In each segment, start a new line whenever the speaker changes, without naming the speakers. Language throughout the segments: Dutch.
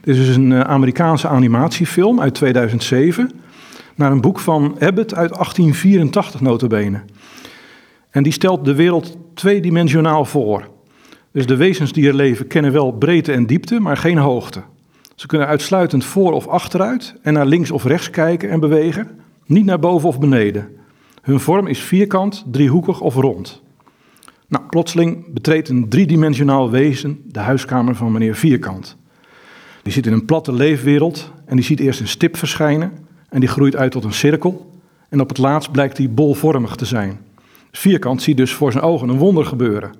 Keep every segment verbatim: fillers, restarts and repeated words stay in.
Dit is dus een Amerikaanse animatiefilm uit tweeduizend zeven... naar een boek van Abbott uit achttien vierentachtig nota bene. En die stelt de wereld tweedimensionaal voor. Dus de wezens die er leven kennen wel breedte en diepte, maar geen hoogte. Ze kunnen uitsluitend voor of achteruit en naar links of rechts kijken en bewegen, niet naar boven of beneden. Hun vorm is vierkant, driehoekig of rond. Nou, plotseling betreedt een driedimensionaal wezen de huiskamer van meneer Vierkant. Die zit in een platte leefwereld en die ziet eerst een stip verschijnen en die groeit uit tot een cirkel. En op het laatst blijkt die bolvormig te zijn. Vierkant ziet dus voor zijn ogen een wonder gebeuren.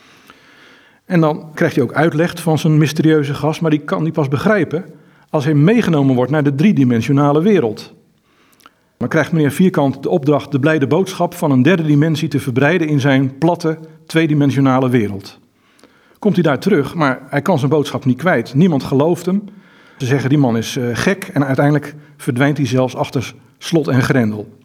En dan krijgt hij ook uitleg van zijn mysterieuze gast, maar die kan hij pas begrijpen als hij meegenomen wordt naar de driedimensionale wereld. Dan krijgt meneer Vierkant de opdracht de blijde boodschap van een derde dimensie te verbreiden in zijn platte, tweedimensionale wereld. Komt hij daar terug, maar hij kan zijn boodschap niet kwijt. Niemand gelooft hem. Ze zeggen die man is uh, gek en uiteindelijk verdwijnt hij zelfs achter slot en grendel.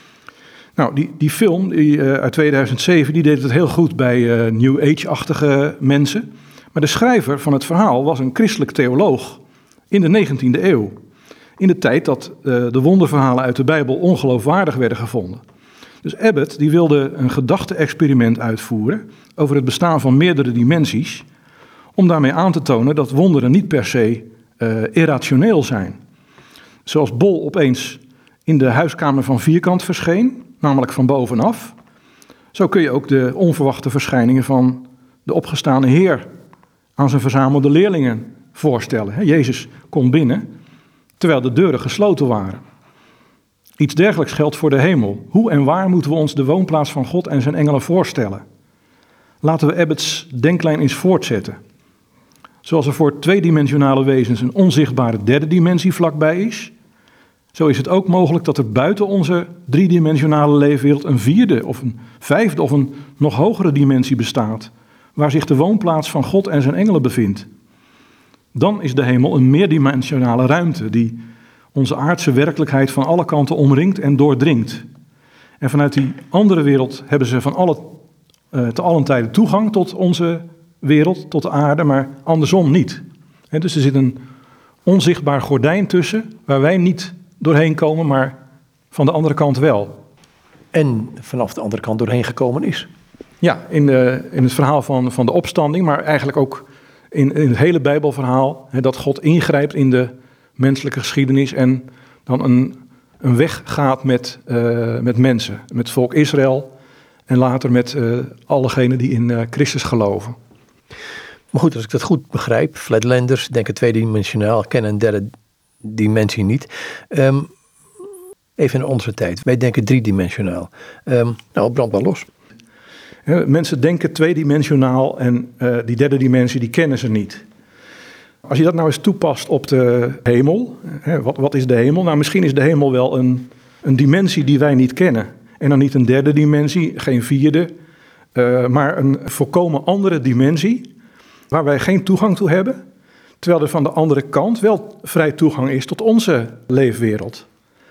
Nou, die, die film die, uh, uit tweeduizend zeven die deed het heel goed bij uh, New Age-achtige mensen. Maar de schrijver van het verhaal was een christelijk theoloog in de negentiende eeuw. In de tijd dat uh, de wonderverhalen uit de Bijbel ongeloofwaardig werden gevonden. Dus Abbott die wilde een gedachte-experiment uitvoeren over het bestaan van meerdere dimensies, om daarmee aan te tonen dat wonderen niet per se uh, irrationeel zijn. Zoals Bol opeens in de huiskamer van Vierkant verscheen, namelijk van bovenaf. Zo kun je ook de onverwachte verschijningen van de opgestane Heer aan zijn verzamelde leerlingen voorstellen. Jezus komt binnen, terwijl de deuren gesloten waren. Iets dergelijks geldt voor de hemel. Hoe en waar moeten we ons de woonplaats van God en zijn engelen voorstellen? Laten we Abbotts denklijn eens voortzetten. Zoals er voor tweedimensionale wezens een onzichtbare derde dimensie vlakbij is, zo is het ook mogelijk dat er buiten onze driedimensionale leefwereld een vierde of een vijfde of een nog hogere dimensie bestaat, waar zich de woonplaats van God en zijn engelen bevindt. Dan is de hemel een meerdimensionale ruimte die onze aardse werkelijkheid van alle kanten omringt en doordringt. En vanuit die andere wereld hebben ze van alle, uh, te allen tijden toegang tot onze wereld, tot de aarde, maar andersom niet. He, dus er zit een onzichtbaar gordijn tussen, waar wij niet doorheen komen, maar van de andere kant wel.
En vanaf de andere kant doorheen gekomen is.
Ja, in, de, in het verhaal van, van de opstanding, maar eigenlijk ook in, in het hele Bijbelverhaal, he, dat God ingrijpt in de menselijke geschiedenis en dan een, een weg gaat met, uh, met mensen, met het volk Israël en later met uh, allegenen die in uh, Christus geloven.
Maar goed, als ik dat goed begrijp, Flatlanders denken tweedimensionaal, kennen een derde dimensie niet. Um, even in onze tijd, wij denken driedimensionaal. Um, nou, brand maar los.
Ja, mensen denken tweedimensionaal en uh, die derde dimensie die kennen ze niet. Als je dat nou eens toepast op de hemel, hè, wat, wat is de hemel? Nou, misschien is de hemel wel een, een dimensie die wij niet kennen. En dan niet een derde dimensie, geen vierde, uh, maar een volkomen andere dimensie waar wij geen toegang toe hebben, terwijl er van de andere kant wel vrij toegang is tot onze leefwereld.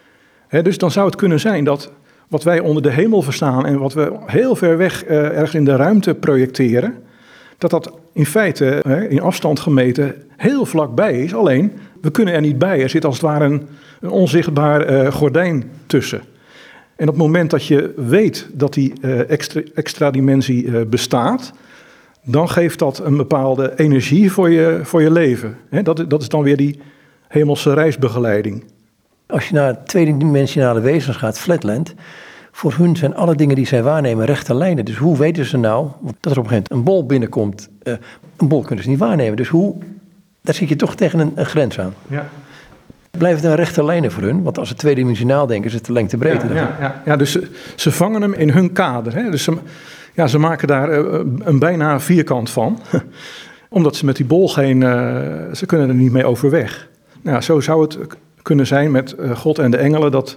Hè, dus dan zou het kunnen zijn dat wat wij onder de hemel verstaan en wat we heel ver weg uh, ergens in de ruimte projecteren, dat dat in feite, uh, in afstand gemeten, heel vlakbij is. Alleen, we kunnen er niet bij. Er zit als het ware een, een onzichtbaar uh, gordijn tussen. En op het moment dat je weet dat die uh, extra, extra dimensie uh, bestaat, dan geeft dat een bepaalde energie voor je, voor je leven. He, dat, dat is dan weer die hemelse reisbegeleiding.
Als je naar tweedimensionale wezens gaat, Flatland, voor hun zijn alle dingen die zij waarnemen rechte lijnen. Dus hoe weten ze nou dat er op een gegeven moment een bol binnenkomt? Uh, een bol kunnen ze niet waarnemen. Dus hoe, daar zit je toch tegen een, een grens aan.
Ja.
Blijven er rechte lijnen voor hun? Want als ze tweedimensionaal denken, is het de lengte breedte.
Ja, ja, ja. ja dus ze, ze vangen hem in hun kader. Hè? Dus ze, ja, ze maken daar uh, een bijna vierkant van. Omdat ze met die bol geen... Uh, ze kunnen er niet mee overweg. Nou, zo zou het kunnen zijn met uh, God en de engelen, dat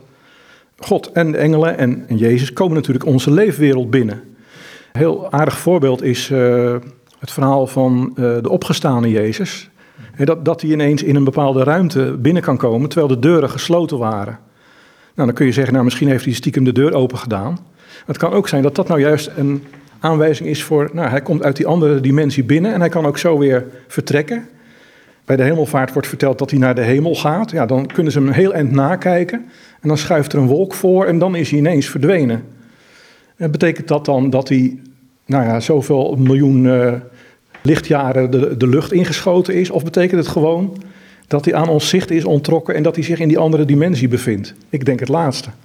God en de engelen en, en Jezus komen natuurlijk onze leefwereld binnen. Een heel aardig voorbeeld is uh, het verhaal van uh, de opgestane Jezus. He, dat, dat hij ineens in een bepaalde ruimte binnen kan komen, terwijl de deuren gesloten waren. Nou, dan kun je zeggen, nou, misschien heeft hij stiekem de deur open gedaan. Het kan ook zijn dat dat nou juist een aanwijzing is voor, nou, hij komt uit die andere dimensie binnen en hij kan ook zo weer vertrekken. bij de hemelvaart wordt verteld dat hij naar de hemel gaat. Ja, dan kunnen ze hem een heel eind nakijken. En dan schuift er een wolk voor en dan is hij ineens verdwenen. En betekent dat dan dat hij, nou ja, zoveel miljoen uh, lichtjaren de, de lucht ingeschoten is? Of betekent het gewoon dat hij aan ons zicht is onttrokken en dat hij zich in die andere dimensie bevindt? Ik denk het laatste.